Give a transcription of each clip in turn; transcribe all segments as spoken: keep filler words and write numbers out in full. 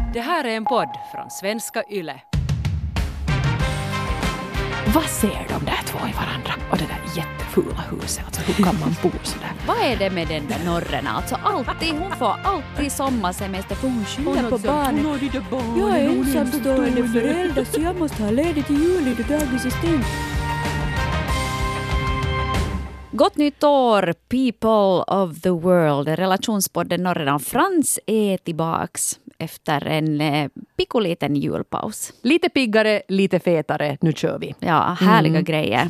Det här är en podd från Svenska Yle. Vad ser de där två i varandra? Och det där jättefula huset. Alltså, hur kan man bo sådär? Vad är det med den där norren? Alltså alltid, hon får alltid sommarsemester för hon skyller på barnen. Hon har de där barnen. Jag är ensamstående förälder så jag måste ha ledigt i juli då dagis är stängt. Gott nytt år, people of the world. Relationspodden Norredan Frans är tillbaks efter en eh, pikoliten julpaus. Lite piggare, lite fetare. Nu kör vi. Ja, härliga mm. grejer.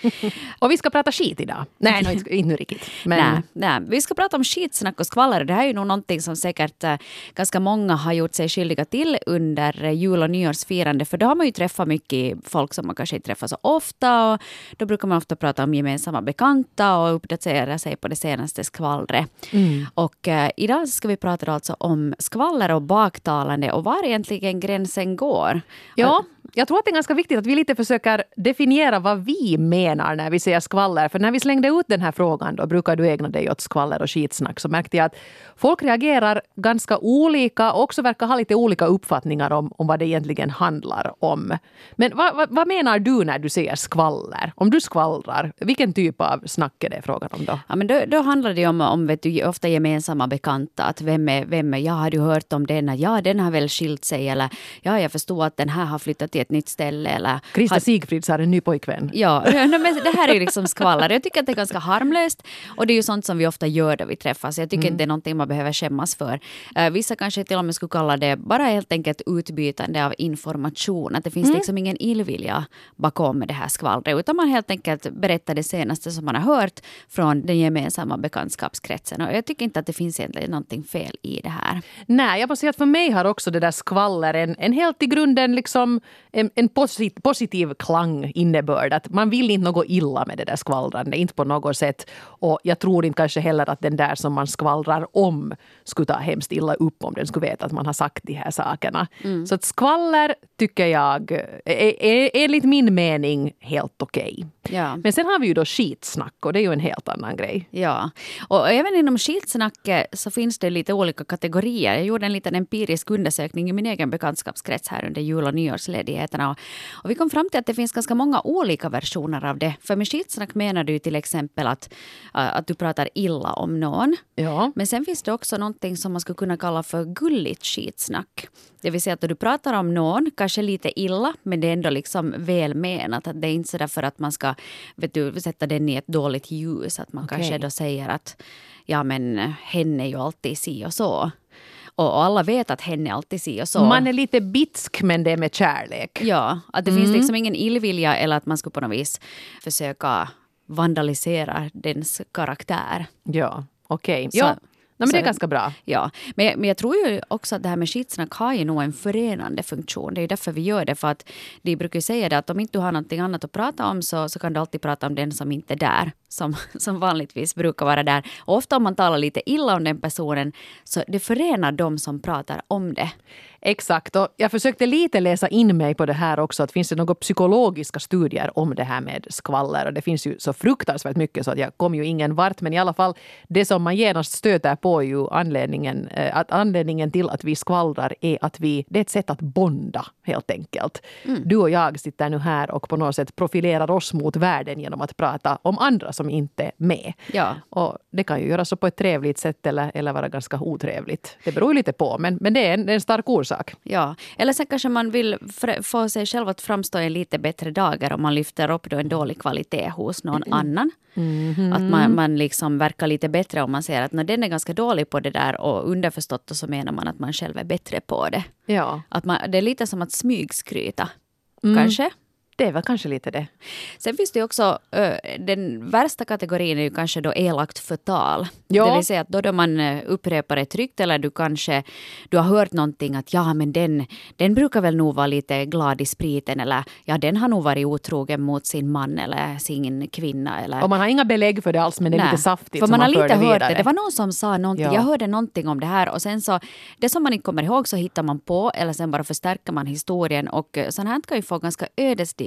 Och vi ska prata skit idag. Nej, nej inte nu riktigt. Men... Nej, nej, vi ska prata om skitsnack och skvaller. Det här är ju nog någonting som säkert eh, ganska många har gjort sig skyldiga till under eh, jul- och nyårsfirande. För då har man ju träffat mycket folk som man kanske inte träffar så ofta. Och då brukar man ofta prata om gemensamma bekanta och uppdatera sig på det senaste skvallret. Mm. Och eh, idag ska vi prata alltså om skvaller och baktalande och var egentligen gränsen går. Ja, jag tror att det är ganska viktigt att vi lite försöker definiera vad vi menar när vi säger skvaller. För när vi slängde ut den här frågan då, brukar du ägna dig åt skvaller och skitsnack, så märkte jag att folk reagerar ganska olika och också verkar ha lite olika uppfattningar om, om vad det egentligen handlar om. Men vad, vad, vad menar du när du säger skvaller? Om du skvallrar, vilken typ av snack är det frågan om då? Ja, men då, då handlar det om, om vet du, ofta gemensamma bekanta. Att vem är, vem är, ja, har du hört om den? Ja, den har väl skilt sig. Eller ja, jag förstår att den här har flyttat till ett nytt ställe. Eller Krista har... Sigfrids har en ny pojkvän. Ja, men det här är ju liksom skvaller. Jag tycker att det är ganska harmlöst. Och det är ju sånt som vi ofta gör då vi träffas. Jag tycker mm. inte det är någonting man behöver skämmas för. Uh, vissa kanske till och med skulle kalla det bara helt enkelt utbytande av information. Att det finns mm. liksom ingen illvilja bakom det här skvallret. Utan man helt enkelt berättar det senaste som man har hört från den gemensamma bekantskapskretsen. Och jag tycker inte att det finns egentligen någonting fel i det här. Nej, jag måste säga att för mig har också det där skvaller en, en helt i grunden liksom en, en posit, positiv klang innebörd. Att man vill inte något illa med det där skvallrande, inte på något sätt. Och jag tror inte kanske heller att den där som man skvallrar om skulle ta hemskt illa upp om den skulle veta att man har sagt de här sakerna. Mm. Så att skvaller tycker jag är, är enligt min mening helt okej. Okay. Ja. Men sen har vi ju då skitsnack och det är ju en helt annan grej. Ja, och även inom skitsnacket så finns det lite olika kategorier. Jag gjorde en liten empirisk undersökning i min egen bekantskapskrets här under jul- och nyårsledigheterna. Och, och vi kom fram till att det finns ganska många olika versioner av det. För med skitsnack menar du till exempel att, att du pratar illa om någon. Ja. Men sen finns det också någonting som man skulle kunna kalla för gulligt skitsnack. Det vill säga att du pratar om någon, kanske lite illa, men det är ändå liksom välmenat. Att det är inte så därför att man ska vet du, sätta den i ett dåligt ljus. Att man okay. kanske då säger att ja, men henne är ju alltid si och så. Och alla vet att henne är alltid si och så. Man är lite bitsk, men det är med kärlek. Ja, att det mm. finns liksom ingen illvilja eller att man ska på något vis försöka vandalisera dens karaktär. Ja, okej. Okay. Ja. Nej, men det är ganska bra. Ja, men, men jag tror ju också att det här med skitsnack har ju nog en förenande funktion. Det är ju därför vi gör det. För att de brukar säga det att om inte du har någonting annat att prata om så, så kan du alltid prata om den som inte är där. Som, som vanligtvis brukar vara där. Och ofta om man talar lite illa om den personen så det förenar de som pratar om det. Exakt, och jag försökte lite läsa in mig på det här också. Att finns det några psykologiska studier om det här med skvaller? Och det finns ju så fruktansvärt mycket så att jag kom ju ingen vart. Men i alla fall, det som man genast stöter på är ju anledningen, att anledningen till att vi skvallrar är att vi, det är ett sätt att bonda helt enkelt. Mm. Du och jag sitter nu här och på något sätt profilerar oss mot världen genom att prata om andra som inte är med. Ja. Och det kan ju göras så på ett trevligt sätt eller, eller vara ganska otrevligt. Det beror ju lite på, men, men det är en, det är en stark orsak. Ja, eller sen kanske man vill fr- få sig själv att framstå i en lite bättre dagar om man lyfter upp då en dålig kvalitet hos någon annan. Mm-hmm. Att man, man liksom verkar lite bättre om man säger att när den är ganska dålig på det där och underförstått så menar man att man själv är bättre på det. Ja. Att man, det är lite som att smygskryta, mm. kanske. Det är väl kanske lite det. Sen finns det ju också, ö, den värsta kategorin är ju kanske då elakt förtal. Ja. Det vill säga att då, då man upprepar ett tryckt eller du kanske, du har hört någonting att ja men den, den brukar väl nog vara lite glad i spriten eller ja den har nog varit otrogen mot sin man eller sin kvinna. Eller... Och man har inga belägg för det alls men det är Nej, lite saftigt för som man, man har lite hört vidare. det. Det var någon som sa någonting, ja. Jag hörde någonting om det här och sen så, det som man inte kommer ihåg så hittar man på eller sen bara förstärker man historien och sånt här kan ju få ganska ödesdigra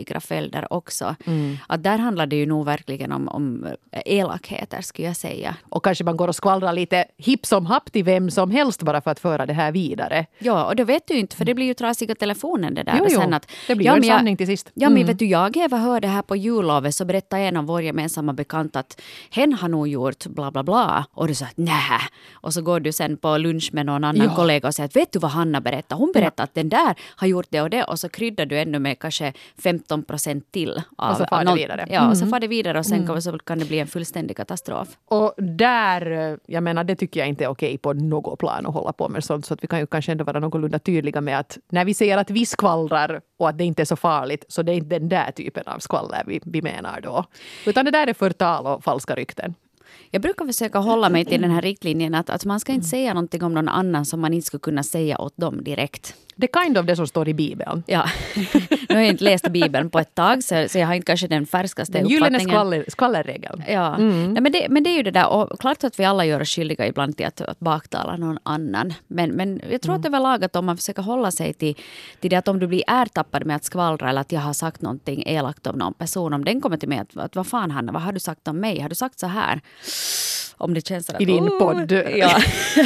olyckliga följder också. Mm. Att där handlar det ju nog verkligen om, om elakheter, skulle jag säga. Och kanske man går och skvallrar lite hipp som happ till vem som helst bara för att föra det här vidare. Ja, och det vet du inte, för det blir ju trasiga telefonen det där. Jo, jo. Sen att, det blir ja, ju en men jag, sanning till sist. Ja, men mm. vet du, jag Eva hörde här på jullovet så berättade en av vår gemensamma bekant att hen har nog gjort bla bla bla. Och du sa att nej. Och så går du sen på lunch med någon annan ja. kollega och säger att vet du vad Hanna berättar? Hon berättar ja. att den där har gjort det och det. Och så kryddar du ännu med kanske femton procent till. Av, och så far det någon, vidare. Ja, mm. och så far det vidare och sen mm. så kan det bli en fullständig katastrof. Och där, jag menar, det tycker jag inte är okej på något plan att hålla på med sånt. Så att vi kan ju kanske ändå vara någorlunda tydliga med att när vi säger att vi skvallrar och att det inte är så farligt, så det är inte den där typen av skvaller vi, vi menar då. Utan det där är förtal och falska rykten. Jag brukar försöka hålla mig till den här riktlinjen att, att man ska inte säga någonting om någon annan som man inte skulle kunna säga åt dem direkt. Det är kind of det som står i Bibeln. Ja, nu har jag inte läst Bibeln på ett tag så, så jag har inte kanske den färskaste den uppfattningen. Den gyllene skvaller, skvallerregeln. Ja, mm. Nej, men, det, men det är ju det där, och klart att vi alla gör oss skyldiga ibland till att, att baktala någon annan. Men, men jag tror mm. att överlag att om man försöker hålla sig till, till det att om du blir ertappad med att skvallra eller att jag har sagt någonting elakt om någon person, om den kommer till mig att, att vad fan Hanna, vad har du sagt om mig? Har du sagt så här? Om det känns att, i din oh, podd. Ja.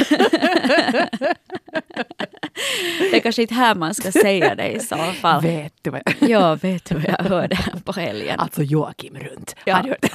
Det är kanske inte här man ska säga det i så fall. Vet du vad jag... Ja, vet du vad jag hörde på helgen. Alltså Joakim runt. Ja. Har du hört?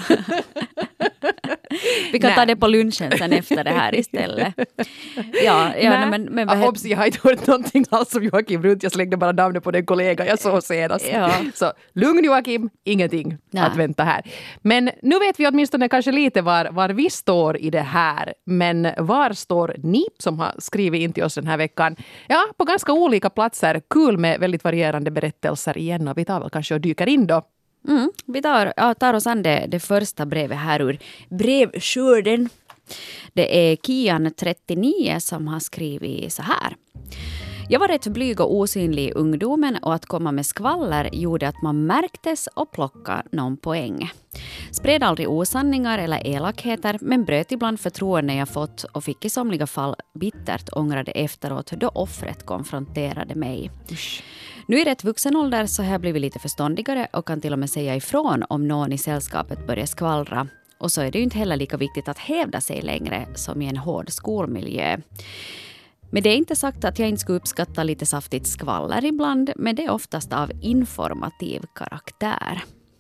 Vi kan nej. ta det på lunchen sen efter det här istället. Ja, ja nej. men... men ah, obs, jag har inte hört någonting alls om Joakim runt. Jag slängde bara namnet på den kollega jag såg senast. Ja. Så lugn Joakim, ingenting nej. att vänta här. Men nu vet vi åtminstone kanske lite var, var vi står i det här. Men var står ni som har skrivit in till oss den här veckan? Ja, på ganska olika platser. Kul med väldigt varierande berättelser igen. Och vi tar väl kanske och dyker in då. Mm, vi tar, ja, tar oss an det, det första brevet här ur brevskörden. Det är Kian trettionio som har skrivit så här. Jag var rätt blyg och osynlig i ungdomen och att komma med skvaller gjorde att man märktes och plockade någon poäng. Spred aldrig osanningar eller elakheter men bröt ibland förtroende jag fått och fick i somliga fall bittert ångrade efteråt då offret konfronterade mig. Usch. Nu i rätt vuxen ålder så har jag blivit lite förståndigare och kan till och med säga ifrån om någon i sällskapet börjar skvallra. Och så är det ju inte heller lika viktigt att hävda sig längre som i en hård skolmiljö. Men det är inte sagt att jag inte skulle uppskatta lite saftigt skvaller ibland, men det är oftast av informativ karaktär.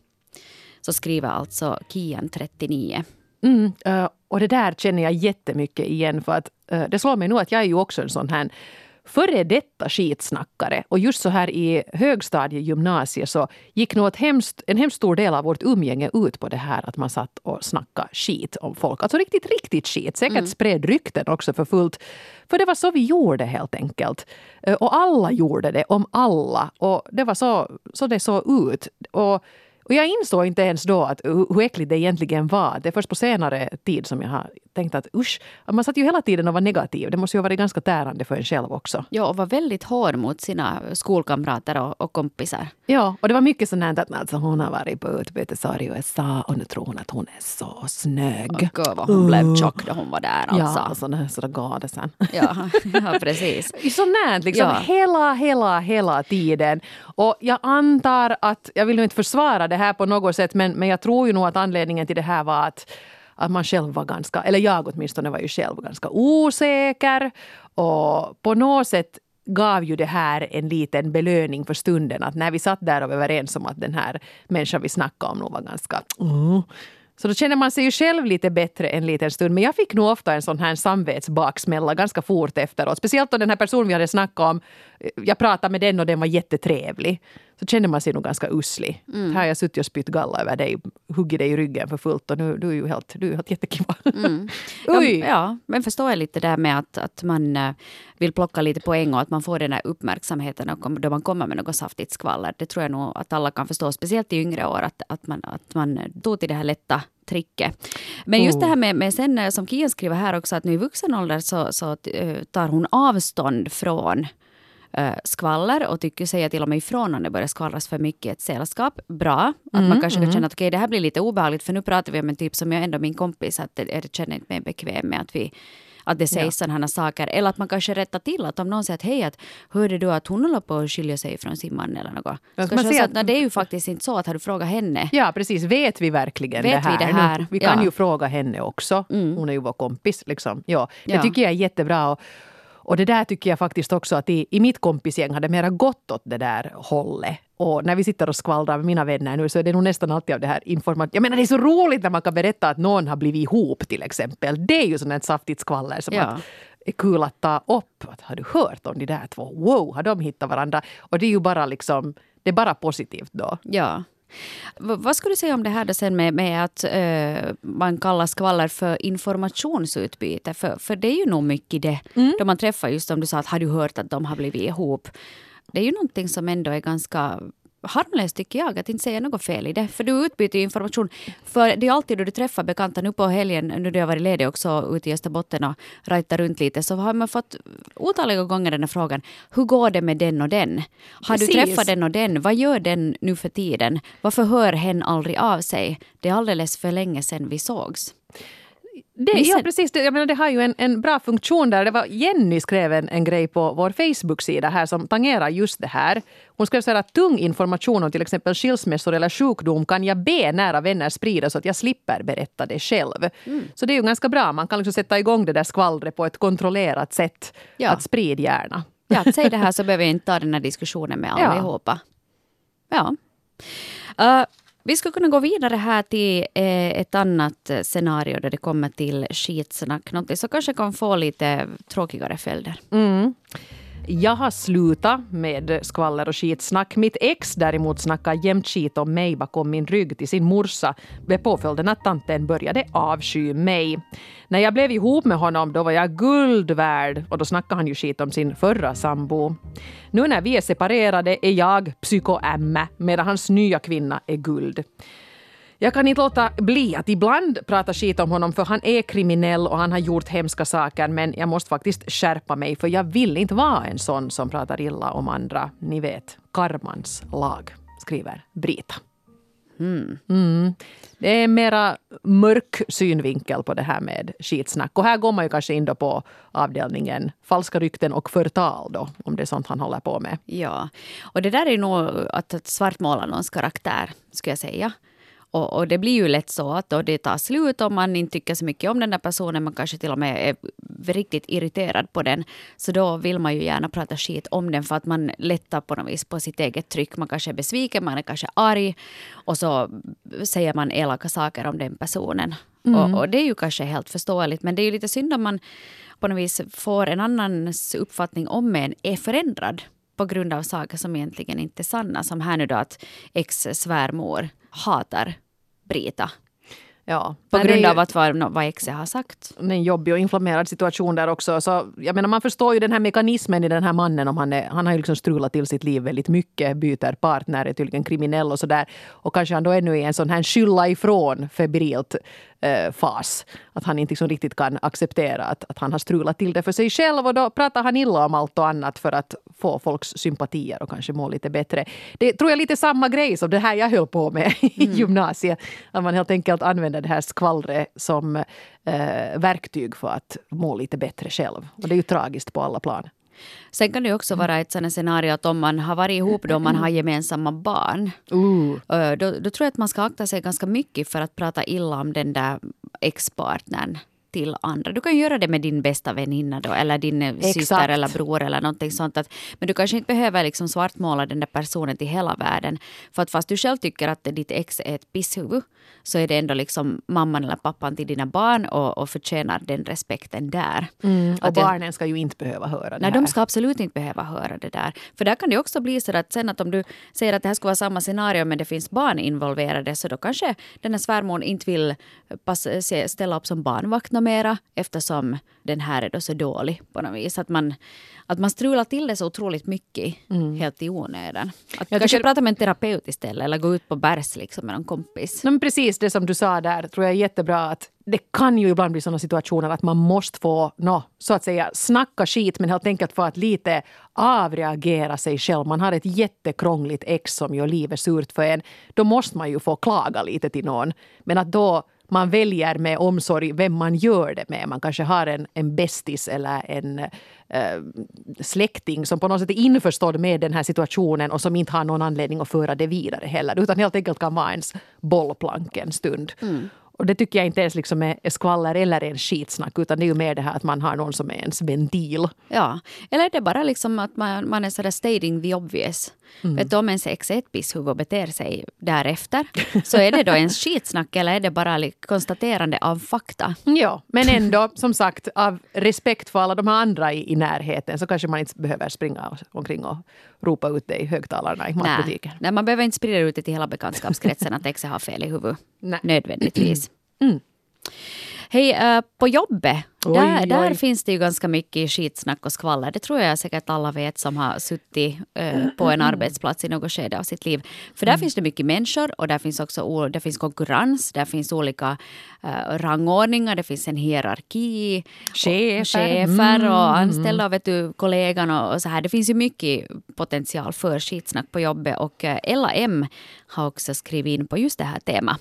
Så skriver alltså Kian trettionio. Mm, uh, och det där känner jag jättemycket igen för att uh, det slår mig nu att jag är ju också en sån här före detta skitsnackare. Och just så här i högstadie, gymnasiet så gick nog ett hemskt, en hemskt stor del av vårt umgänge ut på det här att man satt och snackade skit om folk. Alltså riktigt, riktigt skit. Säkert mm. spred rykten också för fullt. För det var så vi gjorde helt enkelt. Och alla gjorde det om alla. Och det var så, så det såg ut. Och Och jag insåg inte ens då att hur äckligt det egentligen var. Det är först på senare tid som jag har tänkt att usch, man satt ju hela tiden och var negativ. Det måste ju ha varit ganska tärande för en själv också. Ja, och var väldigt hård mot sina skolkamrater och, och kompisar. Ja, och det var mycket sånt att alltså, hon har varit på utbytesår i U S A och nu tror hon att hon är så snög. Och gud vad hon uh. blev tjock då hon var där alltså. Ja, sådana sådär gadesen. Ja, ja, precis. Så närt liksom ja. hela, hela, hela tiden. Och jag antar att, jag vill nu inte försvara det här på något sätt, men, men jag tror ju nog att anledningen till det här var att, att man själv var ganska, eller jag åtminstone var ju själv ganska osäker och på något sätt gav ju det här en liten belöning för stunden att när vi satt där och var överens om att den här människan vi snackade om nog var ganska uh, så då känner man sig ju själv lite bättre en liten stund. Men jag fick nog ofta en sån här samvetsbaksmälla ganska fort efteråt. Speciellt då den här personen vi hade snackat om. Jag pratade med den och den var jättetrevlig. Så kände man sig nog ganska uslig. Mm. Här har jag suttit och spytt galla över dig. Huggit dig i ryggen för fullt. Och nu du är ju helt, du är helt jättekiva. Mm. ja, ja, men förstår jag lite där med att, att man vill plocka lite poäng och att man får den här uppmärksamheten och då man kommer med något saftigt skvaller. Det tror jag nog att alla kan förstå. Speciellt i yngre år att, att, man, att man tog till det här lätta tricket. Men just oh. det här med, med sen som Kia skriver här också att nu i vuxen ålder så, så tar hon avstånd från äh, skvaller och tycker säga till och med ifrån om det börjar skvallras för mycket i ett sällskap. Bra. Att Mm, man kanske mm. kan känna att okej, det här blir lite obehagligt för nu pratar vi om en typ som jag ändå min kompis att det, det känner inte mig bekväm med att vi att det sägs Ja. sådana här saker. Eller att man kanske rättar till att om någon säger att hej, att hörde du att hon håller på att skilja sig från sin man eller något. Ja, Så man man ser att, att- nej, det är ju faktiskt inte så att har du frågat henne. Ja, precis. Vet vi verkligen Vet det här? vi det här? Nu, vi kan Ja. ju fråga henne också. Mm. Hon är ju vår kompis. Liksom. Ja, det Ja. tycker jag är jättebra. Och, och det där tycker jag faktiskt också att i, i mitt kompisgäng hade mera gått åt det där hållet. Och när vi sitter och skvallrar med mina vänner nu så är det nog nästan alltid av det här informat. Jag menar det är så roligt när man kan berätta att någon har blivit ihop till exempel. Det är ju sånt ett saftigt skvaller som Ja. att är kul att ta upp. Att, har du hört om de där två? Wow, har de hittat varandra? Och det är ju bara liksom, det är bara positivt då. Ja. V- vad skulle du säga om det här då sen med, med att eh, man kallar skvaller för informationsutbyte? För, för det är ju nog mycket det. Mm. Då man träffar just om du sa att har du hört att de har blivit ihop. Det är ju någonting som ändå är ganska harmlöst tycker jag. Att inte säga något fel i det. För du utbyter ju information. För det är alltid då du träffar bekanta nu på helgen. Nu då jag varit ledig också ute i Österbotten och rajtar runt lite. Så har man fått otaliga gånger den här frågan. Hur går det med den och den? Har Precis. du träffat den och den? Vad gör den nu för tiden? Varför hör hen aldrig av sig? Det är alldeles för länge sedan vi sågs. Det, Visst ja, är- precis. Det, jag menar, det har ju en, en bra funktion där. Det var Jenny skrev en, en grej på vår Facebook-sida här som tangerar just det här. Hon skrev så här att tung information om till exempel skilsmässor eller sjukdom kan jag be nära vänner sprida så att jag slipper berätta det själv. Mm. Så det är ju ganska bra. Man kan liksom sätta igång det där skvallret på ett kontrollerat sätt. Ja. Att sprida gärna. Ja, att säga det här så behöver jag inte ta den här diskussionen med Ja. allihopa. Ja. Uh, vi ska kunna gå vidare här till eh, ett annat eh, scenario där det kommer till skitsnack. Någonting som kanske kan få lite tråkigare följder. Mm. Jag har slutat med skvaller och skitsnack. Mitt ex däremot snackar jämt skit om mig bakom min rygg till sin morsa. Blev påföljden att tanten började avsky mig. När jag blev ihop med honom då var jag guld värd och då snackade han ju skit om sin förra sambo. Nu när vi är separerade är jag psyko-ämme medan hans nya kvinna är guld. Jag kan inte låta bli att ibland prata skit om honom för han är kriminell och han har gjort hemska saker men jag måste faktiskt skärpa mig för jag vill inte vara en sån som pratar illa om andra. Ni vet, karmans lag, skriver Brita. Mm. Mm. Det är mera mörk synvinkel på det här med skitsnack. Och här går man ju kanske in då på avdelningen falska rykten och förtal då, om det är sånt han håller på med. Ja, och det där är nog att, att svartmåla någons karaktär, skulle jag säga. Och, och det blir ju lätt så att då det tar slut om man inte tycker så mycket om den där personen. Man kanske till och med är riktigt irriterad på den. Så då vill man ju gärna prata skit om den för att man lättar på något vis på sitt eget tryck. Man kanske är besviken, man är kanske arg. Och så säger man elaka saker om den personen. Mm. Och, och det är ju kanske helt förståeligt. Men det är ju lite synd om man på något vis får en annans uppfattning om en är förändrad. På grund av saker som egentligen inte är sanna. Som här nu då att ex-svärmor hatar Brita. Ja, På Nej, det är grund ju- av att vad, vad exet har sagt. Det är en jobbig och inflammerad situation där också. Så, jag menar, man förstår ju den här mekanismen i den här mannen. Om han, är, han har ju liksom strulat till sitt liv väldigt mycket. Byter partner, är tydligen kriminell och sådär. Och kanske han då ännu är en sån här skylla ifrån febrilt eh, fas. Att han inte liksom riktigt kan acceptera att, att han har strulat till det för sig själv. Och då pratar han illa om allt och annat för att få folks sympatier och kanske må lite bättre. Det tror jag är lite samma grej som det här jag höll på med i Mm. gymnasiet. Att man helt enkelt använder det här skvallret som eh, verktyg för att må lite bättre själv. Och det är ju tragiskt på alla plan. Sen kan det ju också vara ett sådant scenario att om man har varit ihop då man har gemensamma barn. Uh. ö, Då, då tror jag att man ska akta sig ganska mycket för att prata illa om den där ex-partnern till andra. Du kan göra det med din bästa väninna då, eller din eh, syster Exakt. eller bror eller någonting sånt. Att, men du kanske inte behöver liksom svartmåla den där personen till hela världen. För att fast du själv tycker att ditt ex är ett pisshuvud så är det ändå liksom mamman eller pappan till dina barn och, och förtjänar den respekten där. Mm. Och Att jag- barnen ska ju inte behöva höra det Nej, här. de ska absolut inte behöva höra det där. För där kan det också bli så att sen att om du säger att det här ska vara samma scenario men det finns barn involverade så då kanske den här svärmor inte vill pass, se, ställa upp som barnvakt något mera eftersom den här är då så dålig på något vis. Att man, att man strular till det så otroligt mycket mm. helt i onödan. Att jag kanske tycker... prata med en terapeut istället eller gå ut på bärs liksom med en kompis. Men precis det som du sa där tror jag är jättebra att det kan ju ibland bli sådana situationer att man måste få, no, så att säga, snacka skit men helt enkelt för att lite avreagera sig själv. Man har ett jättekrångligt ex som gör livet surt för en. Då måste man ju få klaga lite till någon. Men att då man väljer med omsorg vem man gör det med. Man kanske har en, en bästis eller en äh, släkting som på något sätt är införstådd med den här situationen och som inte har någon anledning att föra det vidare heller. Utan helt enkelt kan vara ens bollplank en stund. Mm. Och det tycker jag inte ens liksom är skvaller eller en skitsnack utan det är ju mer det här att man har någon som är ens ventil. Ja, eller det är bara liksom att man, man är sådär stating the obvious. Mm. Vet du, om ens ex är ett pisshuvud och beter sig därefter så är det då en skitsnack eller är det bara konstaterande av fakta? Ja, men ändå som sagt av respekt för alla de här andra i, i närheten så kanske man inte behöver springa omkring och ropa ut det i högtalarna i matbutiken. Nej, nej, man behöver inte sprida ut det till hela bekantskapskretsen att exet har fel i huvudet. Nej. Nödvändigtvis. Mm. Hej, uh, på jobbet, oj, där, oj. där finns det ju ganska mycket skitsnack och skvaller. Det tror jag säkert alla vet som har suttit uh, på en arbetsplats i något skede av sitt liv. För där mm. finns det mycket människor och där finns också där finns konkurrens. Där finns olika uh, rangordningar, det finns en hierarki. Chefer, och, chefer mm. och anställda och vet du, kollegan och, och så här. Det finns ju mycket potential för skitsnack på jobbet och uh, Ella M har också skrivit in på just det här temat.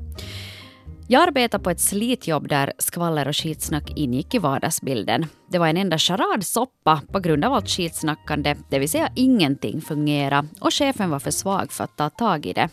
Jag arbetar på ett slitjobb där skvaller och skitsnack ingick i vardagsbilden. Det var en enda charadsoppa på grund av allt skitsnackande, det vill säga ingenting fungerade och chefen var för svag för att ta tag i det.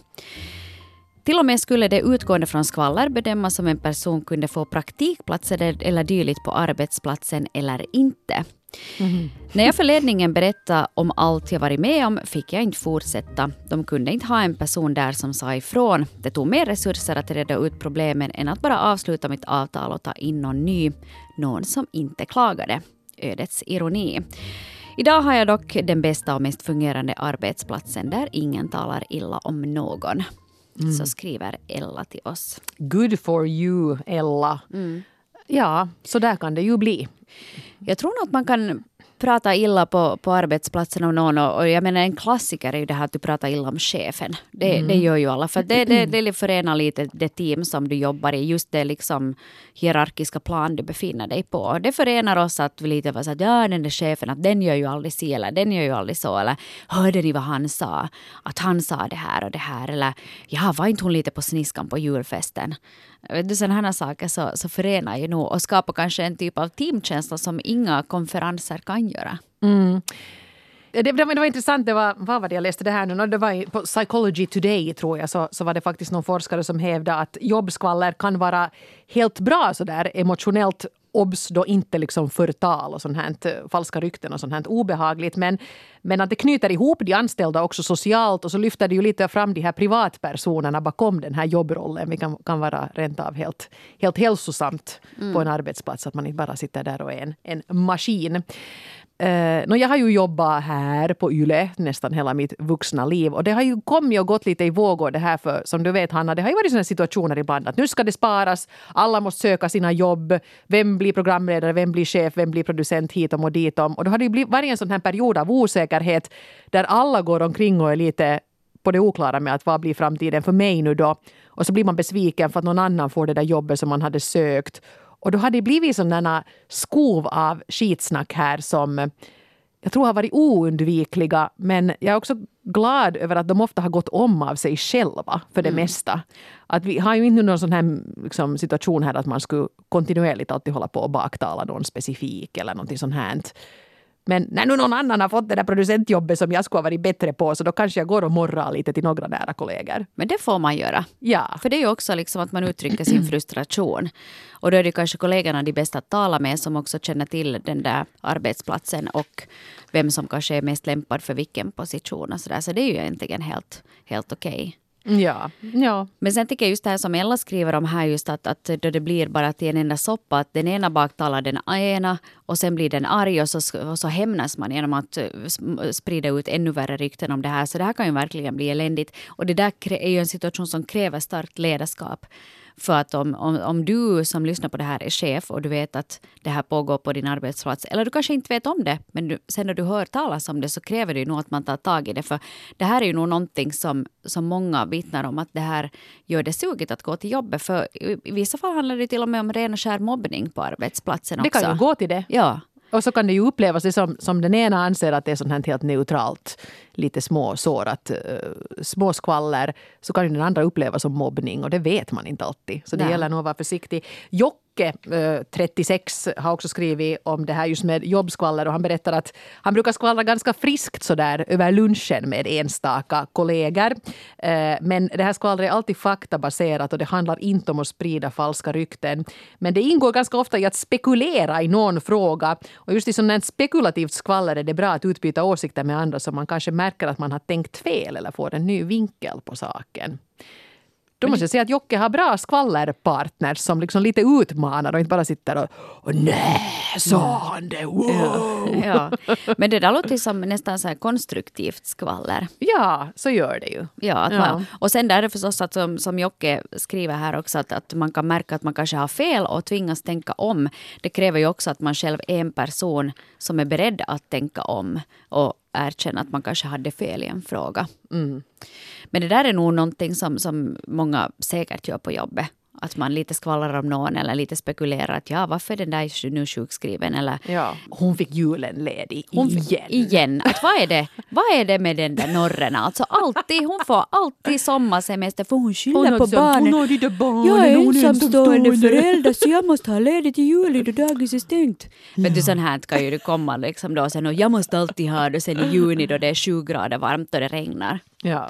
Till och med skulle det utgående från skvaller bedömas som en person kunde få praktikplatser eller dylikt på arbetsplatsen eller inte. Mm. När jag för ledningen berättade om allt jag varit med om fick jag inte fortsätta. De kunde inte ha en person där som sa ifrån. Det tog mer resurser att reda ut problemen än att bara avsluta mitt avtal och ta in någon ny. Någon som inte klagade. Ödets ironi. Idag har jag dock den bästa och mest fungerande arbetsplatsen där ingen talar illa om någon. Mm. Så skriver Ella till oss. Good for you, Ella. Mm. Ja, så där kan det ju bli. Jag tror nog att man kan prata illa på, på arbetsplatsen om någon och, och jag menar en klassiker är ju det här att du pratar illa om chefen. Det, mm. det gör ju alla för det, det, det förenar lite det team som du jobbar i, just det liksom hierarkiska plan du befinner dig på. Det förenar oss att vi lite var så att ja den där chefen att den gör ju aldrig så eller den gör ju aldrig så eller hörde ni vad han sa? Att han sa det här och det här eller ja var inte hon lite på sniskan på julfesten? Vet du, sådana här saker så, så förenar ju nog och skapar kanske en typ av teamkänsla som inga konferenser kan göra. Mm. Det, det, var, det var intressant, det var, vad var det jag läste det här nu? Det var på Psychology Today tror jag så, så var det faktiskt någon forskare som hävdade att jobbskvaller kan vara helt bra så där emotionellt obs då inte liksom förtal och sånt här, falska rykten och sånt här obehagligt men, men att det knyter ihop de anställda också socialt och så lyfter det ju lite fram de här privatpersonerna bakom den här jobbrollen. Vi kan, kan vara rent av helt, helt hälsosamt mm. på en arbetsplats att man inte bara sitter där och är en, en maskin. Uh, no, jag har ju jobbat här på Yle nästan hela mitt vuxna liv och det har ju kommit och gått lite i vågor det här för som du vet Hanna, det har ju varit sådana situationer ibland att nu ska det sparas, alla måste söka sina jobb, vem blir programledare, vem blir chef, vem blir producent hit och dit om och då har det ju varit en sån här period av osäkerhet där alla går omkring och är lite på det oklara med att vad blir framtiden för mig nu då och så blir man besviken för att någon annan får det där jobbet som man hade sökt. Och då har det blivit sådana skov av skitsnack här som jag tror har varit oundvikliga. Men jag är också glad över att de ofta har gått om av sig själva för det mm. mesta. Att vi har ju inte någon sån här liksom, situation här att man skulle kontinuerligt alltid hålla på och baktala någon specifik eller någonting sånt här. Men när nu någon annan har fått det där producentjobbet som jag skulle ha varit bättre på så då kanske jag går och morrar lite till några nära kollegor. Men det får man göra. Ja. För det är ju också liksom att man uttrycker sin frustration. Och då är det kanske kollegorna de bästa att tala med som också känner till den där arbetsplatsen och vem som kanske är mest lämpad för vilken position och sådär. Så det är ju egentligen helt, helt okej. Okay. Ja, ja. Men sen tycker jag just det här som Ella skriver om här just att, att då det blir bara till en enda soppa att den ena baktalar den ena och sen blir den arg och så, och så hämnas man genom att sprida ut ännu värre rykten om det här. Så det här kan ju verkligen bli eländigt. Och det där är ju en situation som kräver starkt ledarskap. För att om, om, om du som lyssnar på det här är chef och du vet att det här pågår på din arbetsplats, eller du kanske inte vet om det, men du, sen när du hör talas om det så kräver det ju nog att man tar tag i det. För det här är ju nog någonting som, som många vittnar om, att det här gör det sugigt att gå till jobbet. För i, i vissa fall handlar det till och med om ren och skär mobbning på arbetsplatsen också. Det kan ju gå till det. Ja. Och så kan det ju upplevas det som, som den ena anser att det är sånt här helt neutralt, lite små sårat, uh, små skvaller, så kan ju den andra uppleva som mobbning och det vet man inte alltid. Så det Nej. gäller nog att vara försiktig. Jocke, uh, trettiosex, har också skrivit om det här just med jobbskvaller och han berättar att han brukar skvallra ganska friskt sådär över lunchen med enstaka kollegor. Uh, men det här skvallret är alltid faktabaserat och det handlar inte om att sprida falska rykten. Men det ingår ganska ofta i att spekulera i någon fråga. Och just i sådant här spekulativt skvaller är det bra att utbyta åsikter med andra så man kanske märker att man har tänkt fel eller får en ny vinkel på saken. Då måste jag säga att Jocke har bra skvallerpartners som liksom lite utmanar och inte bara sitter och, och nej, sa han det, wow. Ja, ja. Men det där låter som nästan så här konstruktivt skvaller. Ja, så gör det ju. Ja, att ja. Man, och sen där är det förstås att som, som Jocke skriver här också att, att man kan märka att man kanske har fel och tvingas tänka om. Det kräver ju också att man själv är en person som är beredd att tänka om och erkänna att man kanske hade fel i en fråga. Mm. Men det där är nog någonting som, som många säkert gör på jobbet. Att man lite skvallrar om någon eller lite spekulerar att ja, varför är den där nu sjukskriven? Eller, ja, hon fick julen ledig hon, igen. Igen. Att vad är det? Vad är det med den där norren? Alltså alltid, hon får alltid sommarsemester för hon skyller på barnen. Hon har de barnen. Jag är ensamstående förälder så jag måste ha ledigt i juli då dagis är stängt. Ja. Men du, sån här kan ju det komma liksom då sen och jag måste alltid ha det sen i juni då det är sju grader varmt och det regnar. Ja.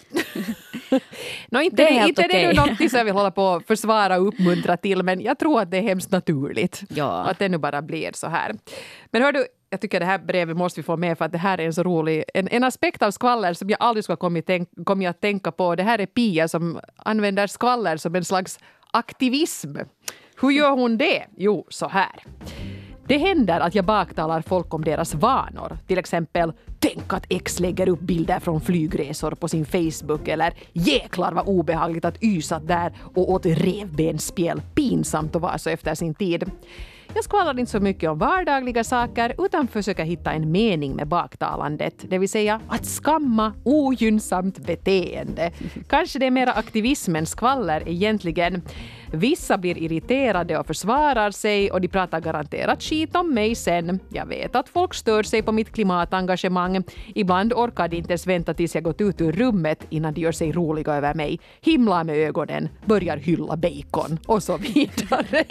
no, inte det är, det, helt inte okej. det är någonting som jag vill hålla på att försvara och uppmuntra till, men jag tror att det är hemskt naturligt. Ja. Att det nu bara blir så här. Men hör du, jag tycker det här brevet måste vi få med för att det här är en så rolig, en, en aspekt av skvaller som jag aldrig ska komma tänk, komma att tänka på. Det här är Pia som använder skvaller som en slags aktivism. Hur gör hon det? Jo, så här. Det händer att jag baktalar folk om deras vanor. Till exempel, tänk att ex lägger upp bilder från flygresor på sin Facebook. Eller, jäklar vad obehagligt att ysat där och åt revbensspjäll. Pinsamt att vara så efter sin tid. Jag skvallrar inte så mycket om vardagliga saker utan försöker hitta en mening med baktalandet. Det vill säga att skamma ogynnsamt beteende. Kanske det är mera aktivism än skvaller egentligen. Vissa blir irriterade och försvarar sig och de pratar garanterat skit om mig sen. Jag vet att folk stör sig på mitt klimatengagemang. Ibland orkar de inte ens vänta tills jag gått ut ur rummet innan de gör sig roliga över mig. Himlar med ögonen, börjar hylla bacon och så vidare.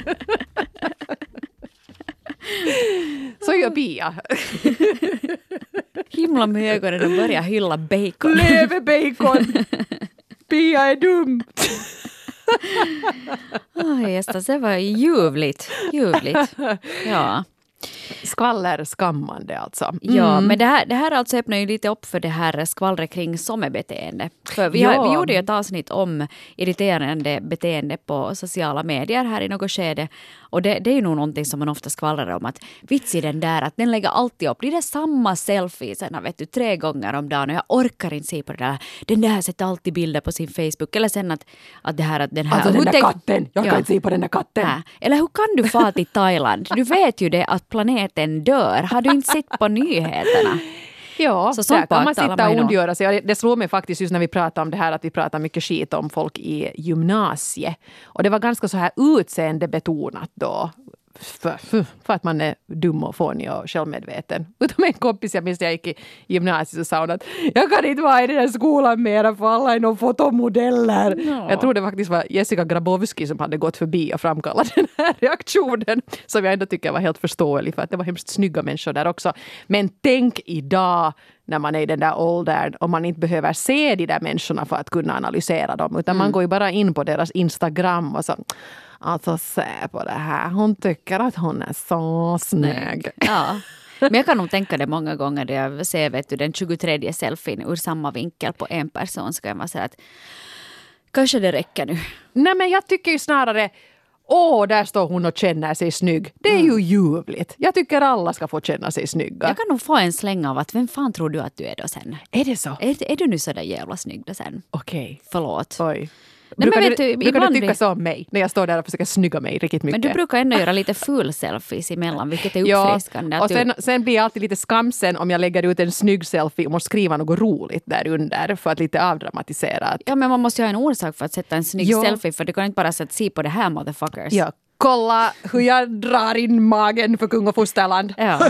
Så gör Pia. Himla med ögonen och börjar hylla bacon. Leve bacon! Pia är dum! Oj, just det var ljuvligt. Ljuvligt. Ja. Skvaller skammande alltså. Mm. Ja, men det här, det här alltså öppnar ju lite upp för det här skvallret kring sommarbeteende. För vi, har, ja. vi gjorde ju ett avsnitt om irriterande beteende på sociala medier här i något skede. Och det, det är ju nog någonting som man ofta skvallrar om. Att vits i den där, att den lägger alltid upp. Det är samma selfiesen, vet du, tre gånger om dagen. Och jag orkar inte se på det där. Den där sätter alltid bilder på sin Facebook. Eller sen att, att det här... Att den här alltså den där tänk, katten! Jag kan ja. inte se på den där katten! Nä. Eller hur kan du fara till Thailand? Du vet ju det att planeten dör. Har du inte sett på nyheterna? Ja, så där kan man sitta man och ondgöra sig. Det, det slår mig faktiskt just när vi pratar om det här att vi pratar mycket skit om folk i gymnasiet. Och det var ganska så här utseendebetonat då. För, för, för att man är dum och fånig och självmedveten. Utom en kompis, jag minns jag gick i gymnasiet och sa hon att jag kan inte vara i den här skolan mera för alla är någon fotomodeller. Ja. Jag tror det faktiskt var Jessica Grabowski som hade gått förbi och framkallat den här reaktionen som jag ändå tycker var helt förståelig för att det var hemskt snygga människor där också. Men tänk idag när man är i den där åldern och man inte behöver se de där människorna för att kunna analysera dem utan mm. man går ju bara in på deras Instagram och så alltså se på det här. Hon tycker att hon är så snygg. Ja. Men jag kan nog tänka det många gånger där jag ser vet du, den tjugotredje selfien ur samma vinkel på en person ska jag säga att kanske det räcker nu. Nej men jag tycker ju snarare åh, där står hon och känner sig snygg. Det är Mm. ju ljuvligt. Jag tycker alla ska få känna sig snygga. Jag kan nog få en släng av att vem fan tror du att du är då sen? Är det så? Är, är du nu så där jävla snygg då sen? Okej. Förlåt. Oj. Nej, brukar men vet du, du, brukar ibland du tycka blir- så om mig när jag står där och försöker snygga mig riktigt mycket? Men du brukar ändå göra lite ful selfies emellan, vilket är Ja, uppfriskande. att och sen, du, sen blir jag alltid lite skamsen om jag lägger ut en snygg selfie och måste skriva något roligt där under för att lite avdramatisera. Att, ja, men man måste ju ha en orsak för att sätta en snygg Ja. selfie, för du kan inte bara sätta se på det här motherfuckers. ja, kolla hur jag drar in magen för kung och fosterland. Ja.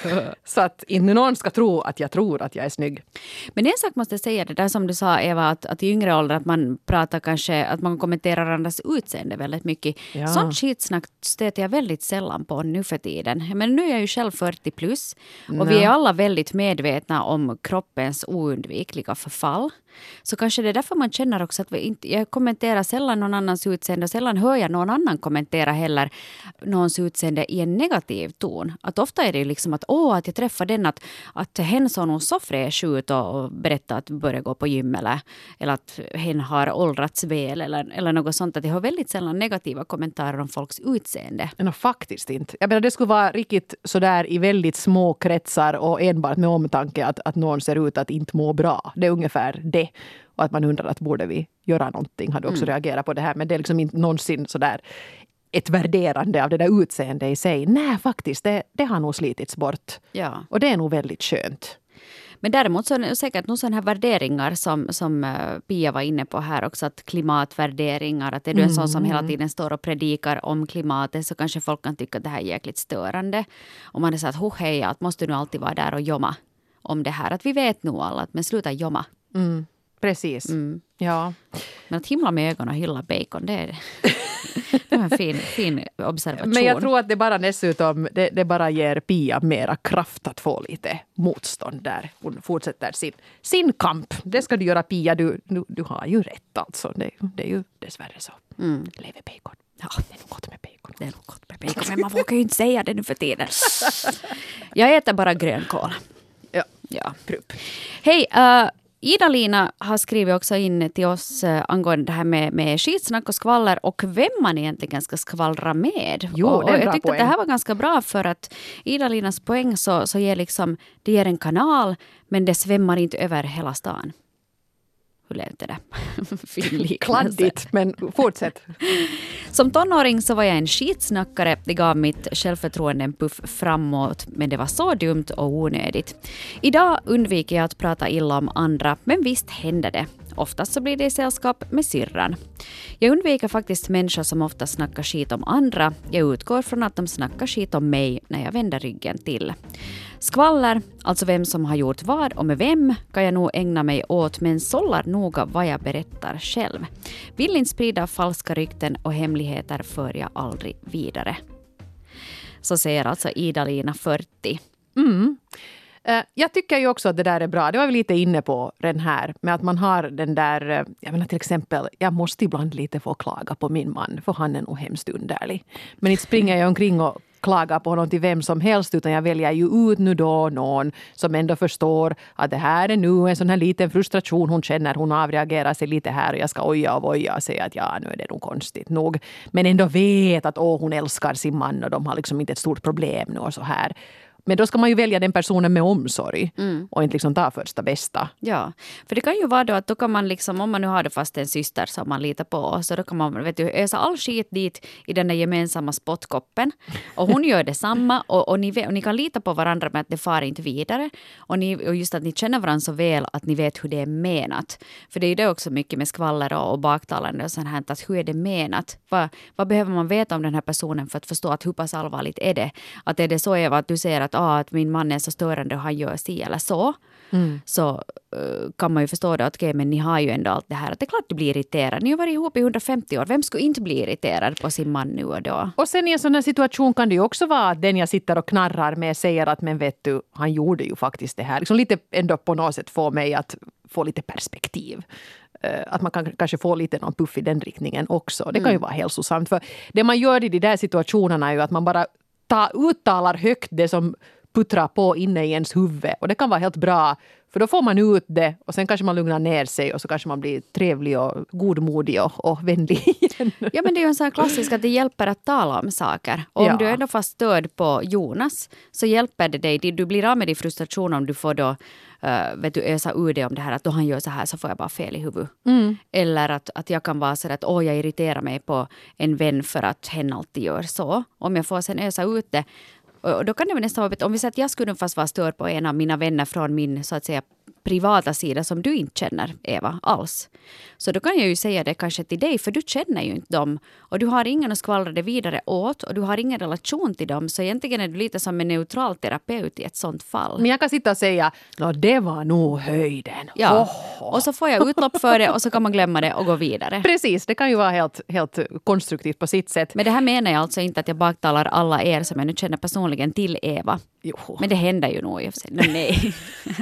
Så att inte någon ska tro att jag tror att jag är snygg. Men en sak måste jag säga, det där som du sa Eva, att, att i yngre ålder att man pratar kanske, att man kommenterar andras utseende väldigt mycket. Ja. Sånt skitsnack stöter jag väldigt sällan på nu för tiden. Men nu är jag ju själv fyrtio plus och vi är alla väldigt medvetna om kroppens oundvikliga förfall. Så kanske det är därför man känner också att vi inte, jag kommenterar sällan någon annans utseende och sällan hör jag någon annan kommentera heller någons utseende i en negativ ton. Att ofta är det ju liksom att åh, att jag träffar den, att, att hen såg nog så fräsch ut och, och berättar att börja gå på gym eller, eller att hen har åldrats väl eller, eller något sånt. Att jag har väldigt sällan negativa kommentarer om folks utseende. No, faktiskt inte. Jag menar, det skulle vara riktigt sådär i väldigt små kretsar och enbart med omtanke att, att någon ser ut att inte må bra. Det är ungefär det. Och att man undrar att borde vi göra någonting. Hade också mm. reagerat på det här. Men det är liksom inte någonsin sådär ett värderande av det där utseendet i sig. Nej, faktiskt. Det, det har nog slitits bort. Ja. Och det är nog väldigt skönt. Men däremot så är det säkert nog sådana här värderingar som, som uh, Pia var inne på här också, att klimatvärderingar, att är du en sån som hela tiden står och predikar om klimatet så kanske folk kan tycka att det här är jäkligt störande. Och man är så att ho hej, att måste du alltid vara där och jomma om det här. Att vi vet nog alla att men sluta jomma. Mm. Precis. Mm. Ja. Men att himla med ögonen och hylla bacon, det är, det är en fin, fin observation. Men jag tror att det bara dessutom, det, det bara ger Pia mera kraft att få lite motstånd där. Hon fortsätter sin, sin kamp. Det ska du göra, Pia. Du, du, du har ju rätt alltså. Det, det är ju dessvärre så. Mm. Lever bacon. Ja, det är nog gott med bacon. Det är nog gott med bacon, men man vågar ju inte säga det nu för tiden. Jag äter bara grönkål. Ja, ja. Prupp. Hej, uh, Ida-Lina har skrivit också in till oss uh, angående det här med, med skitsnack och skvaller och vem man egentligen ska skvallra med. Jo, och, det är en och jag bra tyckte poäng. att det här var ganska bra för att Ida-Linas poäng så, så ger liksom, det ger en kanal men det svämmar inte över hela stan. Hur lät det? Fin liknelse. Kladdigt, men fortsätt. Som tonåring så var jag en skitsnackare. Det gav mitt självförtroende en puff framåt, men det var så dumt och onödigt. Idag undviker jag att prata illa om andra, men visst händer det. Oftast så blir det i sällskap med syrran. Jag undviker faktiskt människor som ofta snackar skit om andra. Jag utgår från att de snackar skit om mig när jag vänder ryggen till. Skvaller, alltså vem som har gjort vad och med vem, kan jag nog ägna mig åt, men sållar noga vad jag berättar själv. Vill inte sprida falska rykten och hemligheter för jag aldrig vidare. Så säger alltså Ida-Lina fyrtio. Mm. Jag tycker ju också att det där är bra. Det var vi lite inne på den här med att man har den där, jag menar till exempel, jag måste ibland lite få klaga på min man för han är nog hemskt underlig. Men inte springer jag omkring och klagar på honom till vem som helst utan jag väljer ju ut nu då någon som ändå förstår att det här är nu en sån här liten frustration hon känner. Hon avreagerar sig lite här och jag ska oja och voja och säga att ja, nu är det nog konstigt nog. Men ändå vet att åh, hon älskar sin man och de har liksom inte ett stort problem nu och så här. Men då ska man ju välja den personen med omsorg mm. och inte liksom ta första bästa. Ja, för det kan ju vara då att då kan man liksom, om man nu har det fast en syster som man litar på, så då kan man, vet du, ösa all skit dit i den där gemensamma spottkoppen. Och hon gör detsamma och, och, ni, och ni kan lita på varandra med att det far inte vidare. Och, ni, och just att ni känner varandra så väl att ni vet hur det är menat. För det är ju det också mycket med skvaller och, och baktalande och sånt här, att hur är det menat? Vad, vad behöver man veta om den här personen för att förstå att hur pass allvarligt är det? Att är det så, Eva, att du säger att Ah, att min man är så störande och han gör si eller så, mm. så uh, kan man ju förstå det att okej, okay, men ni har ju ändå allt det här. Att det är klart du blir irriterad. Ni har varit ihop i hundrafemtio år. Vem skulle inte bli irriterad på sin man nu och då? Och sen i en sån här situation kan det ju också vara att den jag sitter och knarrar med säger att men vet du, han gjorde ju faktiskt det här. Liksom lite ändå på något sätt få mig att få lite perspektiv. Att man kan kanske få lite någon puff i den riktningen också. Det kan ju vara hälsosamt. För det man gör i de där situationerna är ju att man bara ta, uttalar högt det som puttra på inne i ens huvud. Och det kan vara helt bra, för då får man ut det och sen kanske man lugnar ner sig och så kanske man blir trevlig och godmodig och, och vänlig igen. Ja, men det är ju en sån här klassisk att det hjälper att tala om saker. Och om Ja. du ändå får stöd på Jonas så hjälper det dig. Du blir av med din frustration om du får då uh, vet du, ösa ur det om det här att då han gör så här så får jag bara fel i huvudet. Mm. Eller att, att jag kan vara så att åh, jag irriterar mig på en vän för att hen alltid gör så. Om jag får sen ösa ut det. Och då kan det nästan vara, om vi säger att jag skulle fast vara störd på en av mina vänner från min så att säga privata sida som du inte känner, Eva, alls. Så då kan jag ju säga det kanske till dig, för du känner ju inte dem. Och du har ingen att skvallra det vidare åt och du har ingen relation till dem. Så egentligen är du lite som en neutral terapeut i ett sånt fall. Men jag kan sitta och säga, nå det var nog höjden. Ja, Oh. och så får jag utlopp för det och så kan man glömma det och gå vidare. Precis, det kan ju vara helt, helt konstruktivt på sitt sätt. Men det här menar jag alltså inte att jag baktalar alla er som jag nu känner personligen till Eva. Jo. Men det händer ju nog i och för sig. No, nej.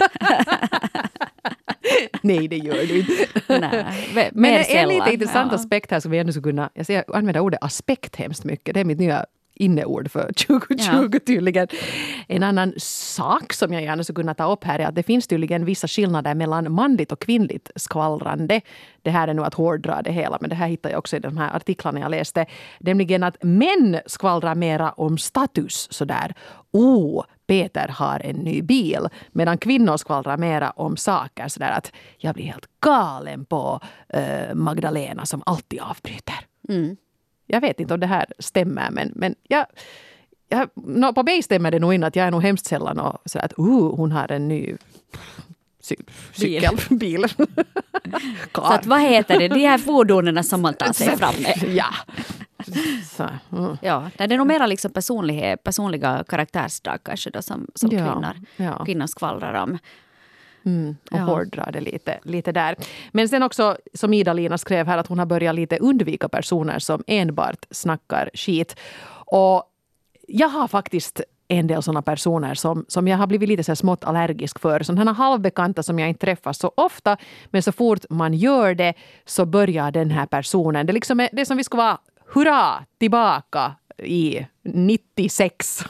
Nej, det gör du inte. Nej, mer Men en sällan. lite intressant Ja. aspekt här som vi ändå skulle kunna, jag säger, jag använder ordet aspekt hemskt mycket. Det är mitt nya inneord för tjugo tjugo ja. tydligen. En annan sak som jag gärna skulle kunna ta upp här är att det finns tydligen vissa skillnader mellan manligt och kvinnligt skvallrande. Det här är nu att hårdra det hela, men det här hittar jag också i de här artiklarna jag läste. Nämligen att män skvallrar mera om status sådär. Oh, Peter har en ny bil. Medan kvinnor skvallrar mera om saker sådär att jag blir helt galen på uh, Magdalena som alltid avbryter. Mm. Jag vet inte om det här stämmer, men, men jag, jag, no, på mig stämmer det nog in att jag är nog hemskt sällan och så att uh, hon har en ny cy, cykel, bil. Så att, vad heter det? De här fordonen som man tar sig fram med. Ja. Så, mm. Ja, det är nog mera liksom personlighet, personliga karaktärsdrag kanske då som, som ja, kvinnor, ja. kvinnor skvallrar om. Mm, och Ja. hårdrar det lite, lite där. Men sen också, som Ida-Lina skrev här, att hon har börjat lite undvika personer som enbart snackar skit. Och jag har faktiskt en del sådana personer som, som jag har blivit lite så smått allergisk för. Sådana halvbekanta som jag inte träffar så ofta. Men så fort man gör det så börjar den här personen. Det, liksom är, det som vi ska vara hurra tillbaka i nittiosex.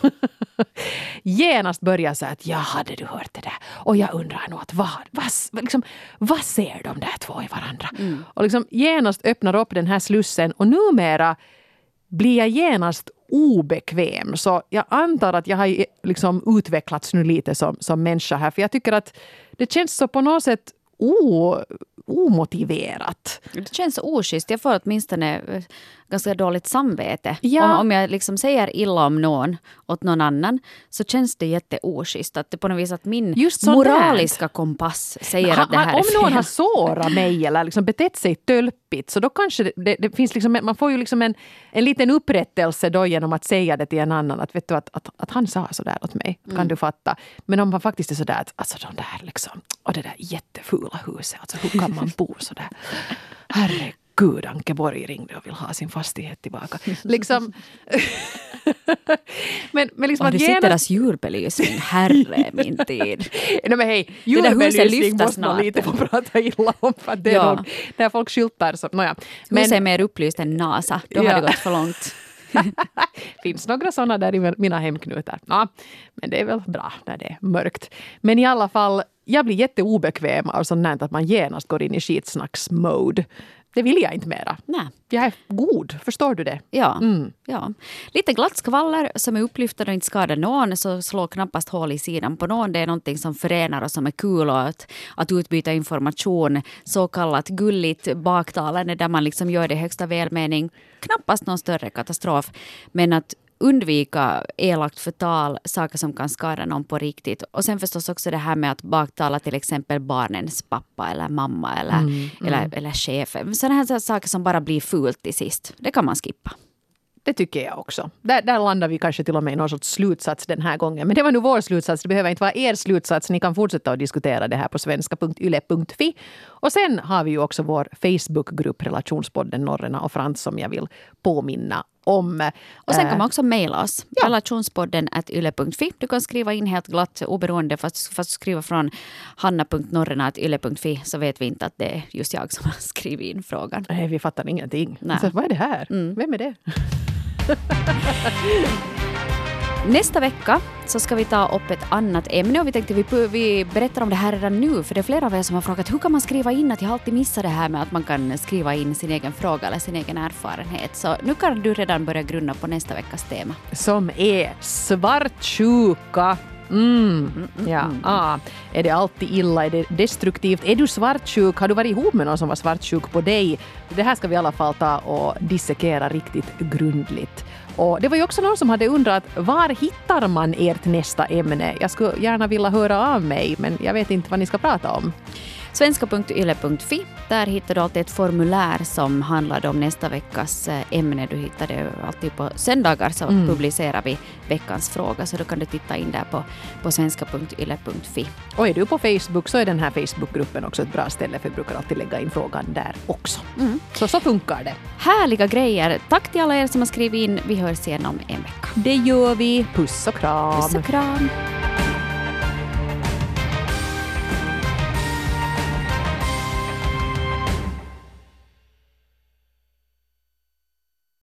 Genast börjar så att ja, hade du hört det där? Och jag undrar nog att vad, vad, liksom, vad ser de där två i varandra? Mm. Och liksom genast öppnar upp den här slussen och numera blir jag genast obekväm. Så jag antar att jag har liksom utvecklats nu lite som, som människa här. För jag tycker att det känns så på något sätt o, omotiverat. Det känns oschysst. Jag får åtminstone ganska dåligt samvete. Ja. Om, om jag liksom säger illa om någon åt någon annan så känns det jätteoschysst. Att det på något vis att min moraliska kompass säger ha, att det här om är fel. Om någon har sårat mig eller liksom betett sig tölpigt så då kanske det, det, det finns liksom, man får ju liksom en, en liten upprättelse då genom att säga det till en annan att vet du att, att, att han sa så där åt mig, kan mm. du fatta. Men om man faktiskt är så där att alltså de där liksom, och det där jättefula huset, alltså hur kan man bo så där? Herregud. Gud, Ankeborg ringde och vill ha sin fastighet tillbaka. Liksom. men, men liksom och att du genast... sitter deras julbelysning, herre min tid. Nej men hej, julbelysning måste man lite få prata illa om. För det är ja. nog, när folk skyltar så, nåja. Men, huset är mer upplyst än NASA, då ja. har det gått för långt. Finns några sådana där i mina hemknutar. Ja, men det är väl bra när det är mörkt. Men i alla fall, jag blir jätteobekväm av sånt här att man genast går in i skitsnacks-mode. Det vill jag inte mera. Nej. Jag är god, förstår du det? Ja, mm. ja. Lite glatt skvaller som är upplyftade och inte skadar någon så slår knappast hål i sidan på någon. Det är någonting som förenar och som är kul och att, att utbyta information. Så kallat gulligt baktalande där man liksom gör det i högsta välmening. Knappast någon större katastrof. Men att undvika elakt förtal, saker som kan skada någon på riktigt. Och sen förstås också det här med att baktala till exempel barnens pappa eller mamma eller, mm, mm. eller, eller chefen. Sådana här saker som bara blir fult till sist. Det kan man skippa. Det tycker jag också. Där, där landar vi kanske till och med i någon sorts slutsats den här gången. Men det var nu vår slutsats. Det behöver inte vara er slutsats. Ni kan fortsätta att diskutera det här på svenska punkt yle punkt fi. Och sen har vi ju också vår Facebookgrupp Relationspodden Norrena och Frans som jag vill påminna om. Och sen kan man också mejla oss. Ja. Relationspodden at yle punkt fi. Du kan skriva in helt glatt oberoende fast, fast skriva från hanna punkt norrena at yle punkt fi så vet vi inte att det är just jag som har skrivit in frågan. Nej, vi fattar ingenting. Alltså, vad är det här? Mm. Vem är det? Nästa vecka så ska vi ta upp ett annat ämne och vi tänkte vi, vi berättar om det här redan nu, för det är flera av er som har frågat hur kan man skriva in, att jag alltid missar det här med att man kan skriva in sin egen fråga eller sin egen erfarenhet. Så nu kan du redan börja grunna på nästa veckas tema. Som är svartsjuka. Mm. Mm, ja. mm. Ah. Är det alltid illa? Är det destruktivt? Är du svartsjuk? Har du varit ihop med någon som var svartsjuk på dig? Det här ska vi i alla fall ta och dissekera riktigt grundligt. Och det var ju också någon som hade undrat, var hittar man ert nästa ämne? Jag skulle gärna vilja höra av mig, men jag vet inte vad ni ska prata om. svenska punkt yle punkt fi. Där hittar du alltid ett formulär som handlar om nästa veckas ämne. Du hittar det alltid på söndagar, så mm. publicerar vi veckans fråga. Så då kan du titta in där på, på svenska punkt yle punkt fi. Och är du på Facebook så är den här Facebookgruppen också ett bra ställe, för jag brukar alltid lägga in frågan där också. Mm. Så så funkar det. Härliga grejer. Tack till alla er som har skrivit in. Vi hörs igen om en vecka. Det gör vi. Puss och kram. Puss och kram.